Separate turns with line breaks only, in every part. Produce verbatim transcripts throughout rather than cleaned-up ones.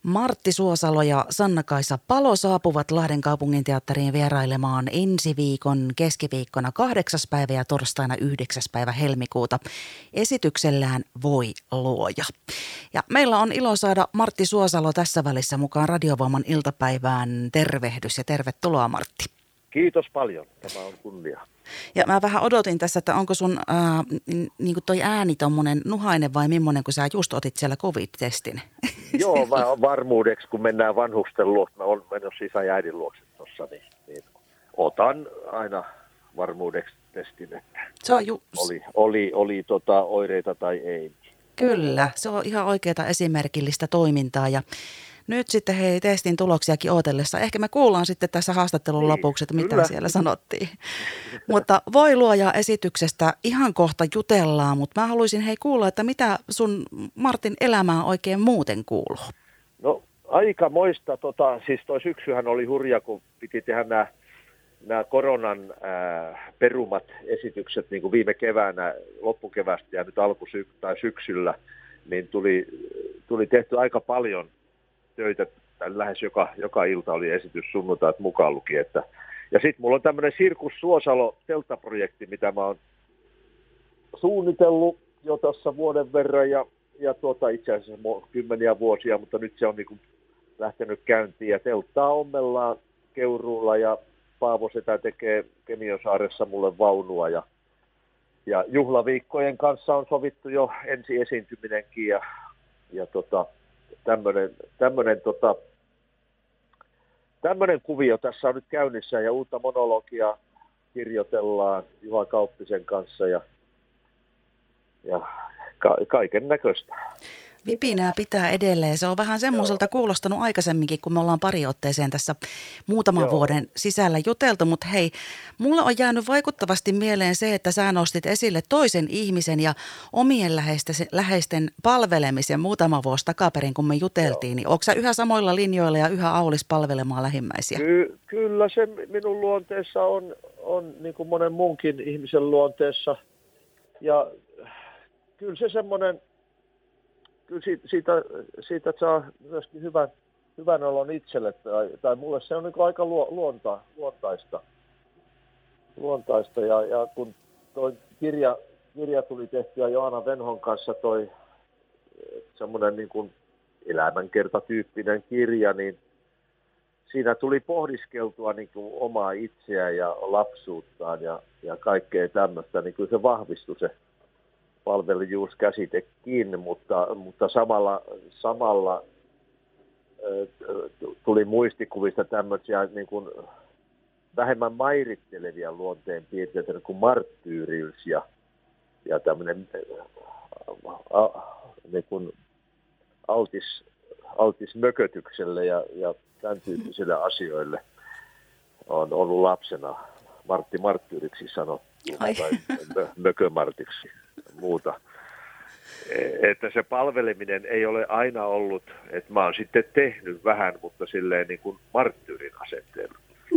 Martti Suosalo ja Sanna-Kaisa Palo saapuvat Lahden kaupunginteatteriin vierailemaan ensi viikon keskiviikkona kahdeksas päivä ja torstaina yhdeksäs päivä helmikuuta esityksellään Voi luoja. Ja meillä on ilo saada Martti Suosalo tässä välissä mukaan Radiovoiman iltapäivään. Tervehdys ja tervetuloa, Martti.
Kiitos paljon. Tämä on kunnia.
Ja mä vähän odotin tässä, että onko sun ää, niin kuin toi ääni tommonen nuhainen vai millainen, kun sä just otit siellä covid-testin?
Joo, varmuudeksi, kun mennään vanhusten luokse, mä olen menossa isän ja äidin luokse tuossa, niin, niin otan aina varmuudeksi testin, että
se on ju-
oli, oli, oli tota oireita tai ei.
Kyllä, se on ihan oikeaa esimerkillistä toimintaa ja nyt sitten hei testin tuloksiakin ootellessa. Ehkä me kuullaan sitten tässä haastattelun niin, lopuksi, että mitä kyllä siellä sanottiin. Mutta Voi luoja esityksestä ihan kohta jutellaan, mutta mä haluaisin hei kuulla, että mitä sun Martin elämään oikein muuten kuuluu?
No aika moista, tota, siis toi syksyhän oli hurja, kun piti tehdä nämä, nämä koronan ää, perumat esitykset niin kuin viime keväänä, loppukevästä ja nyt alkusyksy tai syksyllä, niin tuli, tuli tehty aika paljon töitä, lähes joka, joka ilta oli esitys sunnuntait mukaan lukien. Että. Ja sitten mulla on tämmöinen Sirkus Suosalo telttaprojekti, mitä mä oon suunnitellut jo tässä vuoden verran ja, ja tuota, itse asiassa kymmeniä vuosia, mutta nyt se on niin kuin lähtenyt käyntiin ja telttaa ommellaan Keuruulla ja Paavo Setä tekee Kemiosaaressa mulle vaunua ja, ja juhlaviikkojen kanssa on sovittu jo ensi esiintyminenkin ja, ja tota, Tämmöinen, tämmöinen, tota, tämmöinen kuvio tässä on nyt käynnissä ja uutta monologia kirjoitellaan Juha Kauppisen kanssa ja, ja ka- kaiken näköistä.
Vipinää pitää edelleen. Se on vähän semmoiselta kuulostanut aikaisemminkin, kun me ollaan pari otteeseen tässä muutaman Joo. vuoden sisällä juteltu. Mutta hei, mulle on jäänyt vaikuttavasti mieleen se, että sä nostit esille toisen ihmisen ja omien läheisten, läheisten palvelemisen muutama vuosi takaperin, kun me juteltiin. Joo. Niin onko sä yhä samoilla linjoilla ja yhä aulis palvelemaan lähimmäisiä? Ky-
kyllä se minun luonteessa on, on niin kuin monen muunkin ihmisen luonteessa. Ja kyllä se semmoinen Kyllä siitä, siitä, siitä saa myöskin hyvän, hyvän olon itselle, tai, tai mulle se on niin kuin aika luonta, luontaista. luontaista. Ja, ja kun tuo kirja, kirja tuli tehtyä Joana Venhon kanssa, toi semmoinen niin kuin elämänkertatyyppinen kirja, niin siinä tuli pohdiskeltua niin kuin omaa itseään ja lapsuuttaan ja, ja kaikkea tämmöistä, niin kyllä se vahvistui se palvelijuuskäsitekin, mutta, mutta samalla, samalla tuli muistikuvista tämmöisiä niin kuin vähemmän mairittelevia luonteen piirteitä kuin marttyyriys ja, ja tämmöinen a, niin kuin altis, altis mökötykselle ja, ja tämän tyyppisille asioille on ollut lapsena Martti Marttyyriksi sanottu tai mökömartiksi. Muuta. Että se palveleminen ei ole aina ollut, että mä oon sitten tehnyt vähän, mutta silleen niin kuin marttyyrin asenteella.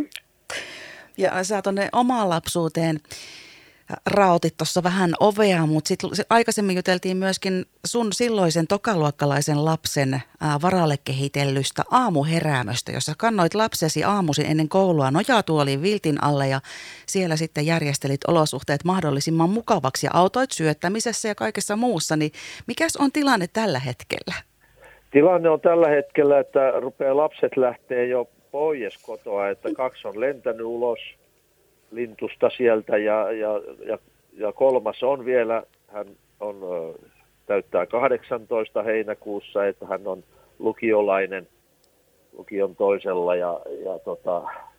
Ja sä tuonne omaan lapsuuteen raotit tuossa vähän ovea, mutta sitten aikaisemmin juteltiin myöskin sun silloisen tokaluokkalaisen lapsen ää, varalle kehitellystä aamuheräämöstä, jossa kannoit lapsesi aamuisin ennen koulua nojatuoliin viltin alle ja siellä sitten järjestelit olosuhteet mahdollisimman mukavaksi ja autoit syöttämisessä ja kaikessa muussa. Niin mikäs on tilanne tällä hetkellä?
Tilanne on tällä hetkellä, että rupeaa lapset lähtee jo pois kotoa, että kaksi on lentänyt ulos lintusta sieltä ja, ja, ja, ja kolmas on vielä, hän on, täyttää kahdeksantoista heinäkuussa, että hän on lukiolainen lukion toisella ja, ja tota,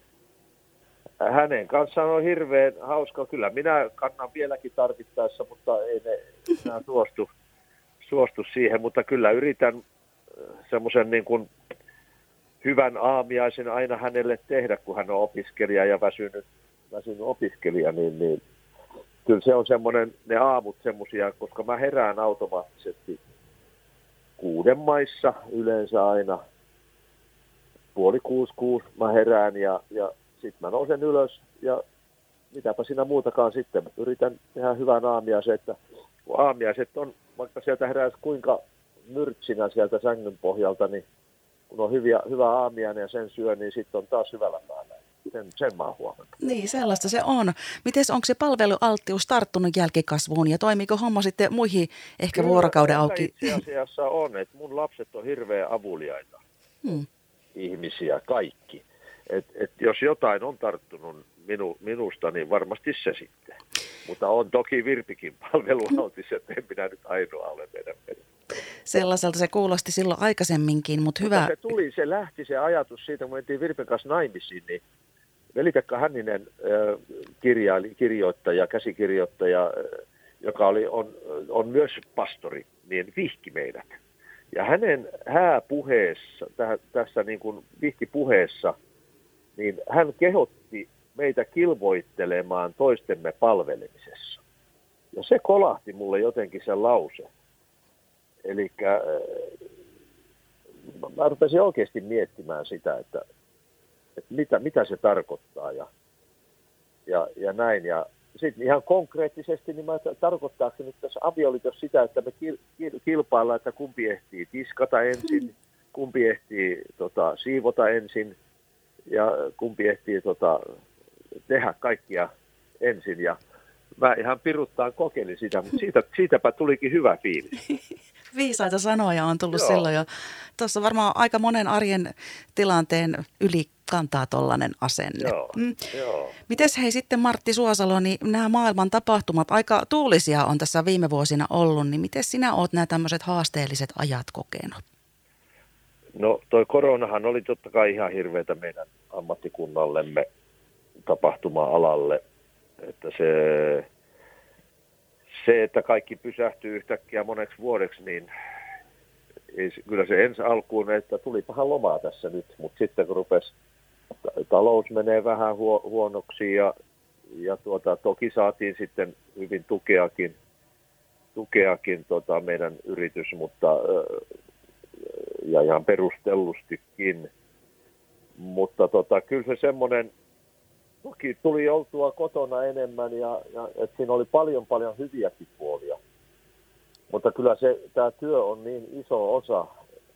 hänen kanssaan on hirveän hauska. Kyllä minä kannan vieläkin tarvittaessa, mutta ei ne enää suostu, suostu siihen, mutta kyllä yritän semmoisen niin kuin hyvän aamiaisen aina hänelle tehdä, kun hän on opiskelija ja väsynyt väsynyt opiskelija, niin, niin kyllä se on semmoinen, ne aamut semmoisia, koska mä herään automaattisesti kuuden maissa yleensä aina, puoli kuusi, kuusi mä herään ja, ja sitten mä nousen ylös ja mitäpä siinä muutakaan sitten. Mä yritän tehdä hyvän aamiaisen, että kun aamiaiset on, vaikka sieltä heräisi kuinka myrtsinä sieltä sängyn pohjalta, niin kun on hyviä, hyvä aamiainen ja sen syö, niin sitten on taas hyvällä päällä. Sen, sen mä oon huomannut.
Niin, sellaista se on. Mites, onko se palvelualttius tarttunut jälkikasvuun ja toimiiko homma sitten muihin ehkä
Kyllä,
vuorokauden auki?
Itse asiassa on, että mun lapset on hirveän avuliaita hmm. ihmisiä, kaikki. Et, et jos jotain on tarttunut minu, minusta, niin varmasti se sitten. Mutta on toki Virpikin palvelualtis, että en minä nyt ainoa ole meidän perheessä.
Sellaiselta se kuulosti silloin aikaisemminkin, mutta hyvä.
Mutta se tuli, se lähti se ajatus siitä, kun mentiin Virpin kanssa naimisiin, niin Veli-Pekka Hänninen äh, kirjaili, kirjoittaja, käsikirjoittaja, äh, joka oli, on, on myös pastori, niin vihki meidät. Ja hänen hääpuheessa, täh, tässä niin kuin vihkipuheessa, niin hän kehotti meitä kilvoittelemaan toistemme palvelemisessa. Ja se kolahti mulle jotenkin se lause. Eli äh, mä rupesin oikeasti miettimään sitä, että, että mitä, mitä se tarkoittaa ja, ja, ja näin. Ja sitten ihan konkreettisesti, niin mä tarkoittaako se nyt tässä avioliitossa sitä, että me kil, kil, kilpaillaan, että kumpi ehtii tiskata ensin, kumpi ehtii tota, siivota ensin ja kumpi ehtii tota, tehdä kaikkia ensin. Ja mä ihan piruttaan kokeilin sitä, mutta siitä, siitäpä tulikin hyvä fiilis.
Viisaita sanoja on tullut
Joo.
silloin jo. Tuossa varmaan aika monen arjen tilanteen yli kantaa tollainen asenne.
Joo,
mm.
joo.
Mites hei sitten Martti Suosalo, niin nämä maailman tapahtumat aika tuulisia on tässä viime vuosina ollut, niin miten sinä oot nämä tämmöiset haasteelliset ajat kokenut?
No toi koronahan oli totta kai ihan hirveätä meidän ammattikunnallemme, tapahtuma-alalle, että se, se, että kaikki pysähtyy yhtäkkiä moneksi vuodeksi, niin ei, kyllä se ensi alkuun, että tuli pahan lomaa tässä nyt, mutta sitten kun rupesi, talous menee vähän huo, huonoksi ja, ja tuota, toki saatiin sitten hyvin tukeakin, tukeakin tota meidän yritys, mutta ja ihan perustellustikin, mutta tota, kyllä se semmoinen, toki tuli oltua kotona enemmän ja, ja että siinä oli paljon paljon hyviäkin puolia. Mutta kyllä se, tämä työ on niin iso osa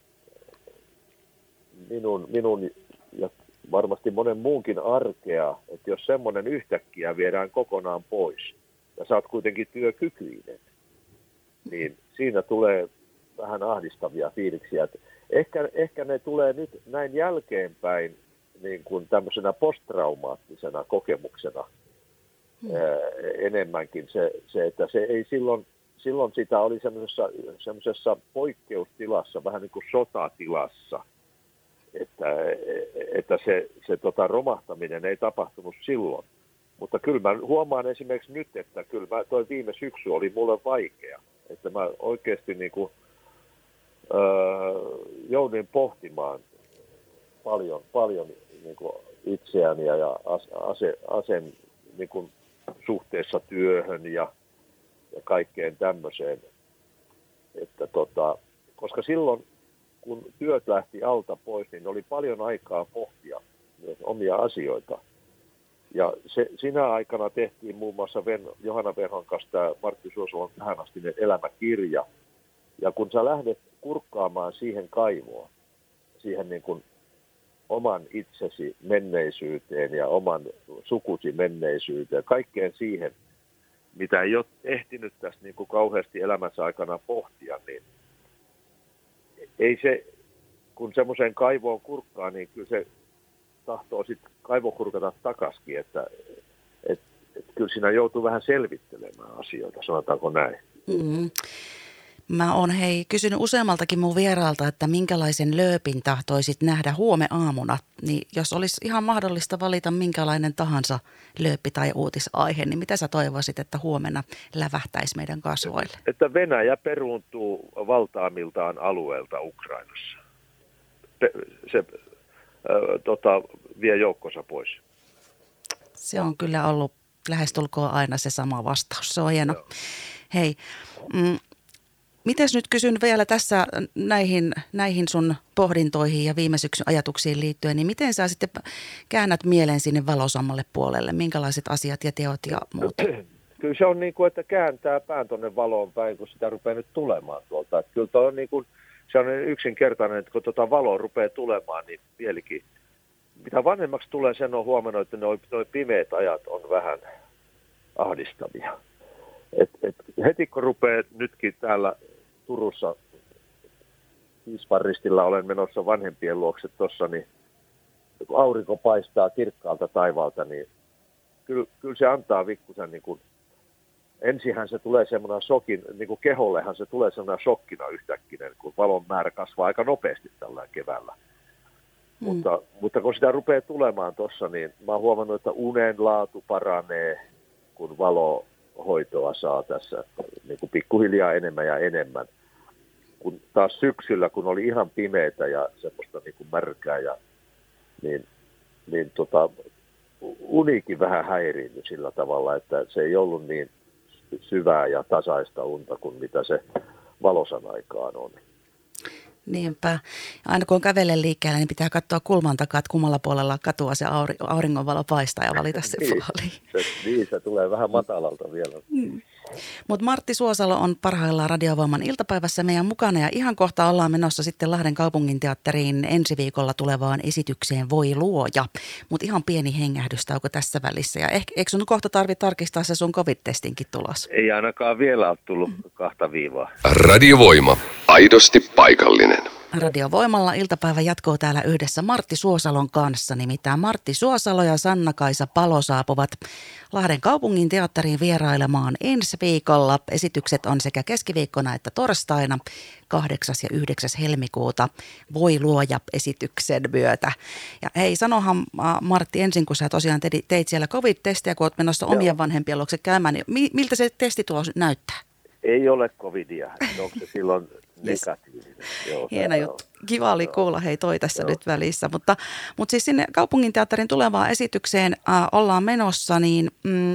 minun, minun ja varmasti monen muunkin arkea, että jos semmoinen yhtäkkiä viedään kokonaan pois ja sä oot kuitenkin työkykyinen, niin siinä tulee vähän ahdistavia fiiliksiä. Ehkä, ehkä ne tulee nyt näin jälkeenpäin niin kuin tämmöisenä posttraumaattisena kokemuksena hmm. ää, enemmänkin se, se, että se ei silloin, silloin sitä oli semmoisessa, semmoisessa poikkeustilassa, vähän niin kuin sotatilassa, että, että se, se tota romahtaminen ei tapahtunut silloin. Mutta kyllä mä huomaan esimerkiksi nyt, että kyllä mä, toi viime syksy oli mulle vaikea, että mä oikeasti niin kuin, öö, joudun pohtimaan paljon, paljon niin kuin itseäni ja, ja ase, asen niin kuin suhteessa työhön ja, ja kaikkeen tämmöiseen. Että tota, koska silloin, kun työt lähti alta pois, niin oli paljon aikaa pohtia myös omia asioita. Ja se, sinä aikana tehtiin muun muassa Ven, Johanna Verhon kanssa tämä Martti Suosalon tähänastinen elämäkirja. Ja kun sä lähdet kurkkaamaan siihen kaivoon, siihen niin kuin oman itsesi menneisyyteen ja oman sukusi menneisyyteen, kaikkeen siihen, mitä ei ole ehtinyt tässä niin kuin kauheasti elämänsä aikana pohtia, niin ei se, kun semmoiseen kaivoon kurkkaa, niin kyllä se tahtoo sitten kaivo kurkata takaskin, että et, et kyllä siinä joutuu vähän selvittelemään asioita, sanotaanko näin.
Mm-hmm. Mä oon hei kysynyt useammaltakin mun vieraalta, että minkälaisen lööpin tahtoisit nähdä huome aamuna, niin jos olisi ihan mahdollista valita minkälainen tahansa lööppi tai uutisaihe, niin mitä sä toivoisit, että huomenna lävähtäisi meidän kasvoille?
Että Venäjä peruuntuu valtaamiltaan alueelta Ukrainassa. Se äh, tota, vie joukkonsa pois.
Se on kyllä ollut lähestulkoon aina se sama vastaus. Se on hieno. Joo. Hei, mm, mites nyt kysyn vielä tässä näihin, näihin sun pohdintoihin ja viime syksyn ajatuksiin liittyen, niin miten sä sitten käännät mielen sinne valosammalle puolelle? Minkälaiset asiat ja teot ja muut?
Kyllä se on niin kuin, että kääntää pään tuonne valoon päin, kun sitä rupeaa nyt tulemaan tuolta. Että kyllä toi on niin kuin se on yksinkertainen, että kun tuota valoa rupeaa tulemaan, niin mielikin, mitä vanhemmaksi tulee, sen on huomannut, että nuo pimeät ajat on vähän ahdistavia. Et, et heti kun rupeaa nytkin täällä Turussa Isvaristilla olen menossa vanhempien luokse tuossa, niin kun aurinko paistaa kirkkaalta taivaalta, niin kyllä, kyllä se antaa vikkusen, niin kuin, ensinhän se tulee semmoinen shokin, niin kuin kehollehan se tulee semmoinen shokkina yhtäkkinen, kun valon määrä kasvaa aika nopeasti tällä keväällä. Mm. Mutta, mutta kun sitä rupeaa tulemaan tuossa, niin mä oon huomannut, että unen laatu paranee, kun valohoitoa saa tässä niin kuin pikkuhiljaa enemmän ja enemmän. Kun taas syksyllä, kun oli ihan pimeitä ja semmoista niin kuin märkää, ja, niin, niin tota, unikin vähän häiriintyi sillä tavalla, että se ei ollut niin syvää ja tasaista unta kuin mitä se valosan aikaan on.
Niinpä. Aina kun on kävellen liikkeellä, niin pitää katsoa kulman takaa, että kummalla puolella katua se auringonvalo paistaa ja valita se
niin,
puoli.
Se, niin, se tulee vähän matalalta vielä.
Mm. Mutta Martti Suosalo on parhaillaan Radiovoiman iltapäivässä meidän mukana ja ihan kohta ollaan menossa sitten Lahden kaupunginteatteriin ensi viikolla tulevaan esitykseen Voi luoja. Mutta ihan pieni hengähdystauko tässä välissä ja ehkä eikö sun kohta tarvitse tarkistaa se sun covid-testinkin tulos?
Ei ainakaan vielä ole tullut kahta viivaa.
Radiovoima. Aidosti paikallinen.
Radiovoimalla iltapäivä jatkuu täällä yhdessä Martti Suosalon kanssa. Nimittäin Martti Suosalo ja Sanna-Kaisa Palo saapuvat Lahden kaupungin teatteriin vierailemaan ensi viikolla. Esitykset on sekä keskiviikkona että torstaina kahdeksas ja yhdeksäs helmikuuta Voi luoja -esityksen myötä. Ja hei, sanohan Martti ensin, kun sä tosiaan teit siellä covid-testiä, kun oot menossa omien vanhempien luokse käymään, niin miltä se testitulos näyttää?
Ei ole covidia. Onko se silloin negatiivinen? Joo,
hieno juttu. Kiva oli kuulla hei toi tässä Joo. nyt välissä. Mutta, mutta siis sinne kaupunginteatterin tulevaan esitykseen äh, ollaan menossa, niin mm,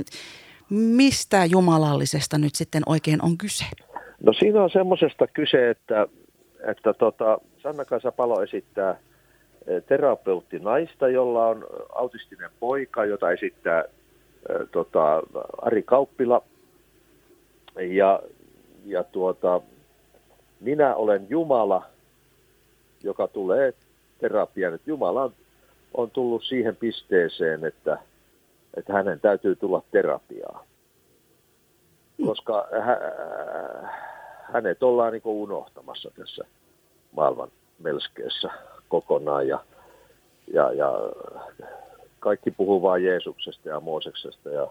mistä jumalallisesta nyt sitten oikein on kyse?
No siinä on semmoisesta kyse, että, että tota, Sanna-Kaisa Palo esittää terapeutti naista, jolla on autistinen poika, jota esittää äh, tota, Ari Kauppila. Ja, ja tuota, minä olen Jumala, joka tulee terapiaan. Että Jumala on, on tullut siihen pisteeseen, että, että hänen täytyy tulla terapiaan. Koska hä, hänet ollaan niin kuin unohtamassa tässä maailman melskeessä kokonaan. Ja, ja, ja kaikki puhuu vain Jeesuksesta ja Mooseksesta ja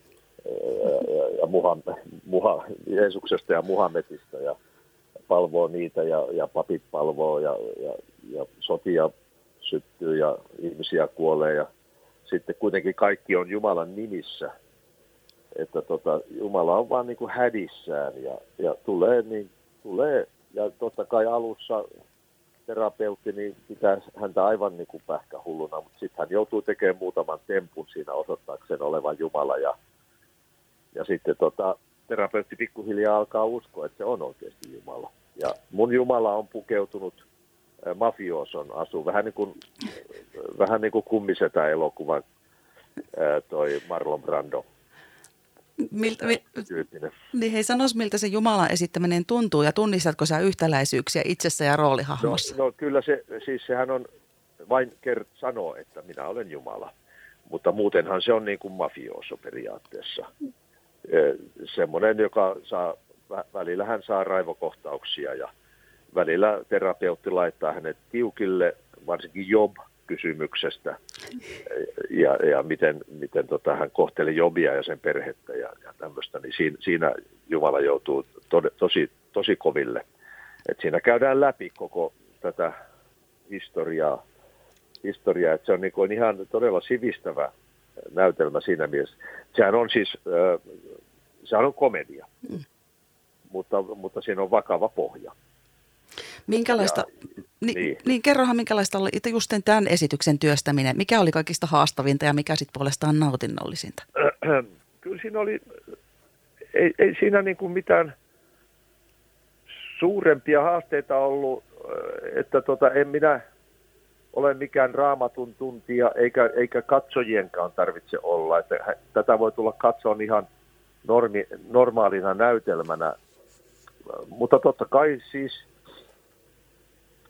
ja, ja, ja Muha, Muha, Jeesuksesta ja Muhammedista ja palvoo niitä ja, ja papit palvoo ja, ja, ja sotia syttyy ja ihmisiä kuolee ja sitten kuitenkin kaikki on Jumalan nimissä, että tota, Jumala on vaan niin kuin hädissään ja, ja tulee, niin, tulee ja totta kai alussa terapeutti niin pitää häntä aivan niin kuin pähkähulluna, mutta sitten hän joutuu tekemään muutaman tempun siinä osoittaakseen olevan Jumala ja Ja sitten tota, terapeutti pikkuhiljaa alkaa uskoa, että se on oikeasti Jumala. Ja mun Jumala on pukeutunut äh, mafioson asuun, vähän niin kuin, vähän niin kuin Kummisetä-elokuvan äh, toi Marlon Brando.
Miltä, mi, niin hei, sanois miltä se Jumalan esittäminen tuntuu ja tunnistatko sä yhtäläisyyksiä itsessä ja roolihahmossa?
No, no kyllä se, siis sehän on vain kert sanoo, että minä olen Jumala, mutta muutenhan se on niin kuin mafioso periaatteessa. Semmoinen, joka saa, välillä hän saa raivokohtauksia ja välillä terapeutti laittaa hänet tiukille, varsinkin Job-kysymyksestä ja, ja miten, miten tota, hän kohteli Jobia ja sen perhettä ja, ja tämmöistä, niin siinä, siinä Jumala joutuu tode, tosi, tosi koville. Et siinä käydään läpi koko tätä historiaa, historiaa että se on niin kuin ihan todella sivistävä näytelmä siinä mielessä. Sehän on siis, äh, sehän on komedia, mm. mutta, mutta siinä on vakava pohja.
Minkälaista,
ja,
ni, niin. niin kerrohan minkälaista oli just tämän esityksen työstäminen, mikä oli kaikista haastavinta ja mikä sitten puolestaan nautinnollisinta?
Kyllä siinä oli, ei, ei siinä niin kuin mitään suurempia haasteita ollut, että tota, en minä ole mikään raamatun tuntija, eikä, eikä katsojienkaan tarvitse olla. Että tätä voi tulla katsoa ihan normi, normaalina näytelmänä, mutta totta kai siis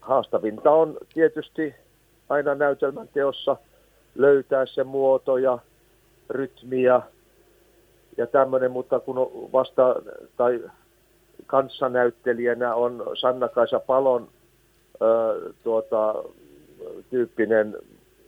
haastavinta on tietysti aina näytelmän teossa löytää se muoto ja rytmiä ja tämmöinen, mutta kun vasta tai kanssanäyttelijänä on Sanna-Kaisa Palon ö, tuota, tyyppinen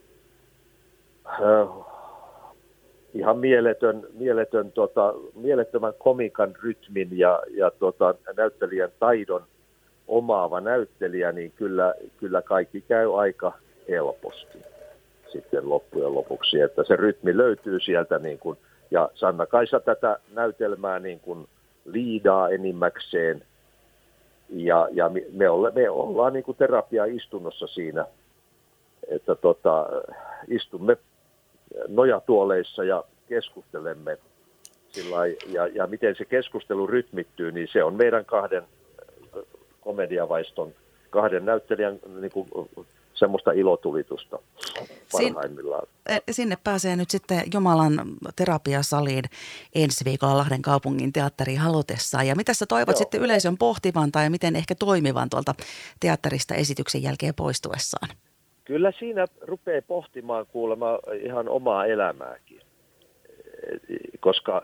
ö, ihan mieletön, mieletön tota, mielettömän komikan rytmin ja, ja tota, näyttelijän taidon omaava näyttelijä, niin kyllä, kyllä kaikki käy aika helposti sitten loppujen lopuksi, että se rytmi löytyy sieltä niin kuin, ja Sanna-Kaisa tätä näytelmää niin kuin liidaa enimmäkseen ja, ja me, olla, me ollaan niin kuin terapia-istunnossa siinä, että tota, istumme nojatuoleissa ja keskustelemme sillai, ja, ja miten se keskustelu rytmittyy, niin se on meidän kahden komediavaiston, kahden näyttelijän niin kuin, semmoista ilotulitusta parhaimmillaan.
Sin, sinne pääsee nyt sitten Jumalan terapiasaliin ensi viikolla Lahden kaupungin teatteriin halutessaan. Ja mitä sä toivot Joo. sitten yleisön pohtivan tai miten ehkä toimivan tuolta teatterista esityksen jälkeen poistuessaan?
Kyllä siinä rupeaa pohtimaan kuulemma ihan omaa elämääkin, koska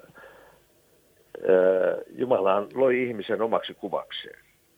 Jumala loi ihmisen omaksi kuvakseen.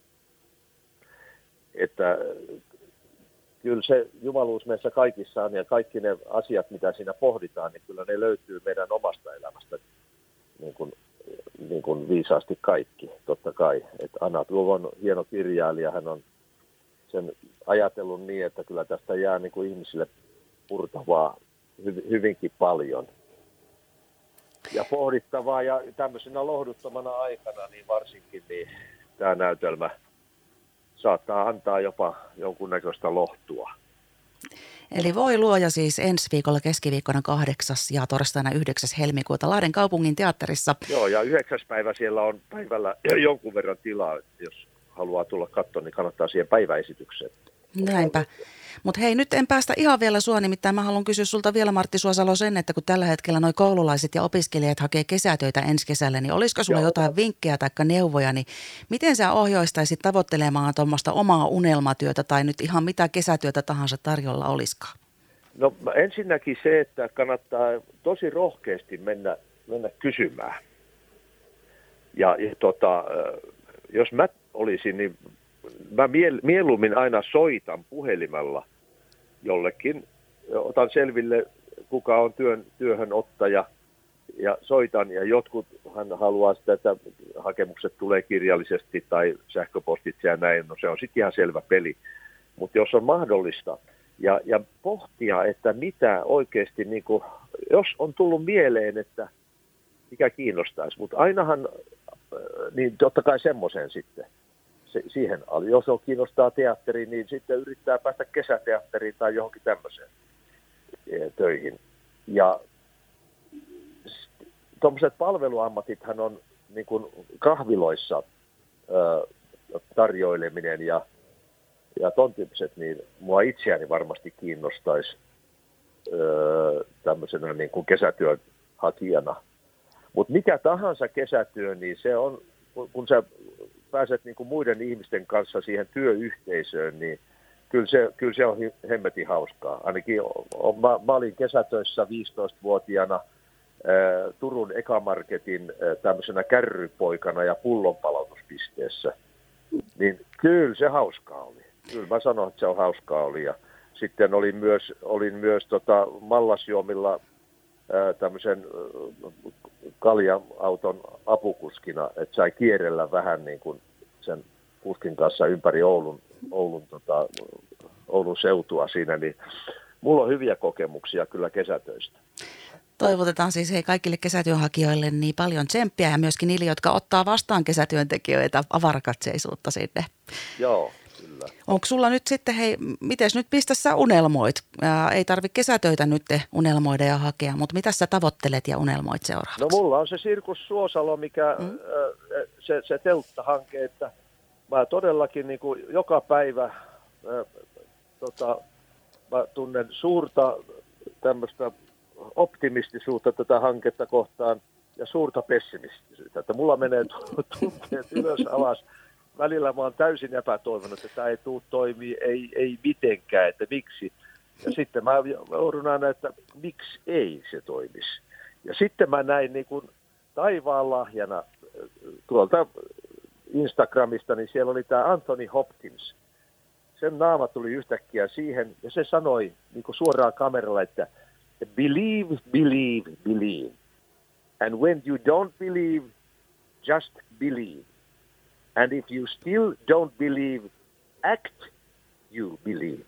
Että kyllä se jumaluus meissä kaikissa on ja kaikki ne asiat, mitä siinä pohditaan, niin kyllä ne löytyy meidän omasta elämästä niin kuin, niin kuin viisaasti kaikki, totta kai. Että Anna Tuov on hieno kirjailija, hän on sen ajatellut niin, että kyllä tästä jää niin kuin ihmisille purtavaa hy- hyvinkin paljon. Ja pohdittavaa ja tämmöisenä lohduttomana aikana niin varsinkin niin tämä näytelmä saattaa antaa jopa jonkunnäköistä lohtua.
Eli voi luoja siis ensi viikolla keskiviikkona kahdeksas ja torstaina yhdeksäs helmikuuta Lahden kaupungin teatterissa.
Joo, ja yhdeksäs päivä siellä on päivällä jonkun verran tilaa, jos haluaa tulla katsoa, niin kannattaa siihen päiväesitykseen.
Näinpä. Mutta hei, nyt en päästä ihan vielä sua, nimittäin mä haluan kysyä sulta vielä, Martti Suosalo, sen, että kun tällä hetkellä noi koululaiset ja opiskelijat hakee kesätöitä ensi kesällä, niin olisiko sulla Joo. jotain vinkkejä tai neuvoja, niin miten sä ohjoistaisit tavoittelemaan tuommoista omaa unelmatyötä tai nyt ihan mitä kesätyötä tahansa tarjolla olisikaan?
No ensinnäkin se, että kannattaa tosi rohkeasti mennä, mennä kysymään. Ja, ja tota, jos mä olisin, niin mä mieluummin aina soitan puhelimella jollekin, otan selville, kuka on työn, työhönottaja, ja soitan, ja jotkut hän haluaa sitä, että hakemukset tulee kirjallisesti tai sähköpostitse ja näin, no se on sitten ihan selvä peli. Mutta jos on mahdollista, ja, ja pohtia, että mitä oikeasti, niin kun, jos on tullut mieleen, että mikä kiinnostaisi, mutta ainahan, niin totta kai semmoisen sitten. Siihen, jos on kiinnostaa teatteri, niin sitten yrittää päästä kesäteatteriin tai johonkin tämmöiseen töihin. Ja tuommoiset palveluammatithan on niin kuin kahviloissa ö, tarjoileminen ja, ja ton tyyppiset, niin mua itseäni varmasti kiinnostaisi ö, tämmöisenä niin kuin kesätyön hakijana. Mutta mikä tahansa kesätyö, niin se on, kun sä pääset niin kuin muiden ihmisten kanssa siihen työyhteisöön, niin kyllä se, kyllä se on hemmetin hauskaa. Ainakin mä, mä olin kesätöissä viisitoistavuotiaana ää, Turun Ekamarketin ää, tämmöisenä kärrypoikana ja pullonpalautuspisteessä. Niin kyllä se hauskaa oli. Kyllä mä sanon, että se on hauskaa oli. Ja sitten olin myös, olin myös tota Mallasjuomilla ää, tämmöisen kalja-auton apukuskina, että sai kierrellä vähän niin kuin sen kuskin kanssa ympäri Oulun, Oulun, tota, Oulun seutua siinä, niin mulla on hyviä kokemuksia kyllä kesätöistä.
Toivotetaan siis hei kaikille kesätyönhakijoille niin paljon tsemppiä ja myöskin niille, jotka ottaa vastaan kesätyöntekijöitä, avarakatseisuutta sinne.
Joo. Kyllä.
Onko sulla nyt sitten, hei, mites nyt pistä sä unelmoit? Ää, ei tarvitse kesätöitä nyt unelmoida ja hakea, mutta mitä sä tavoittelet ja unelmoit seuraavaksi?
No mulla on se Sirkus Suosalo, mikä mm. se, se telttahanke, että mä todellakin niin kuin joka päivä ää, tota, mä tunnen suurta tämmöistä optimistisuutta tätä hanketta kohtaan ja suurta pessimistisyyttä, että mulla menee tunteet ylös alas. välillä mä oon täysin epätoivonut, että tämä ei tule toimii, ei, ei mitenkään, että miksi. Ja sitten mä joudun aina, että miksi ei se toimisi. Ja sitten mä näin niin kuin taivaan lahjana tuolta Instagramista, niin siellä oli tämä Anthony Hopkins. Sen naama tuli yhtäkkiä siihen, ja se sanoi niin kuin suoraan kameralla, että believe, believe, believe. And when you don't believe, just believe. And if you still don't believe, act, you believe.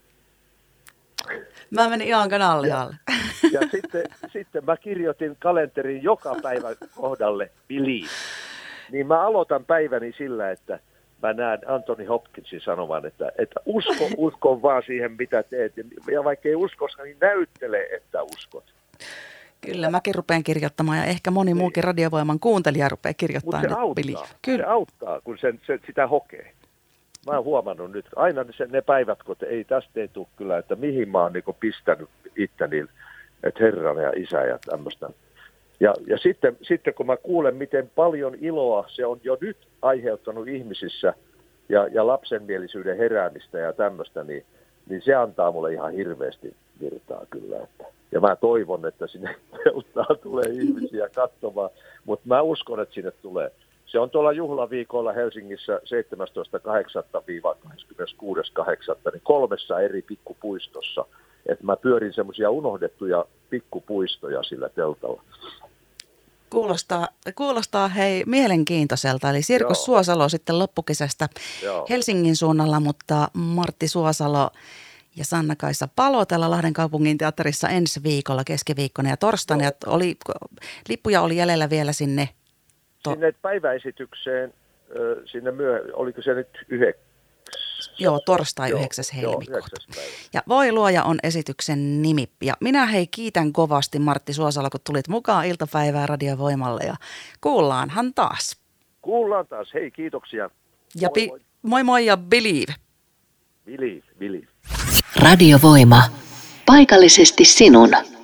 Mä menin ihan kanallihalle.
Ja, ja sitten, sitten mä kirjoitin kalenteriin joka päivä kohdalle believe. Niin mä aloitan päiväni sillä, että mä näen Anthony Hopkinsin sanovan, että, että usko, usko vaan siihen, mitä teet. Ja vaikka ei uskossa, niin näyttele, että uskot.
Kyllä, mäkin rupean kirjoittamaan ja ehkä moni niin. muukin Radiovoiman kuuntelija rupeaa kirjoittamaan.
Mutta se auttaa, Kyllä. se auttaa, kun sen, se, sitä hokee. Mä oon huomannut nyt, aina ne, ne päivät, kun ei, tästä ei tule kyllä, että mihin mä oon niin pistänyt itteni, että Herran ja Isä ja tämmöistä. Ja, ja sitten, sitten kun mä kuulen, miten paljon iloa se on jo nyt aiheuttanut ihmisissä ja, ja lapsenmielisyyden heräämistä ja tämmöistä, niin, niin se antaa mulle ihan hirveästi virtaa kyllä. Että. Ja mä toivon, että sinne telttaan tulee ihmisiä katsomaan, mutta mä uskon, että sinne tulee. Se on tuolla juhlaviikolla Helsingissä seitsemästoista kahdeksatta kahdeskymmeneskuudes kahdeksatta niin kolmessa eri pikkupuistossa. Että mä pyörin semmoisia unohdettuja pikkupuistoja sillä teltalla.
Kuulostaa, kuulostaa hei mielenkiintoiselta, eli Sirkus Joo. Suosalo sitten loppukesästä Joo. Helsingin suunnalla, mutta Martti Suosalo ja Sanna-Kaisa Palotella Lahden kaupungin teatterissa ensi viikolla keskiviikkona ja torstaina. Ja oli, lippuja oli jäljellä vielä sinne.
To- sinne päiväesitykseen, sinne myöhemmin, oliko se nyt yhdeksän?
Joo, torstai yhdeksäs helmikuuta. Ja Voi luoja on esityksen nimi. Ja minä hei kiitän kovasti Martti Suosalo, kun tulit mukaan iltapäivää Radiovoimalle ja kuullaanhan taas.
Kuullaan taas, hei kiitoksia.
Ja moi, pi- moi. moi moi ja believe.
Believe, believe.
Radiovoima. Paikallisesti sinun.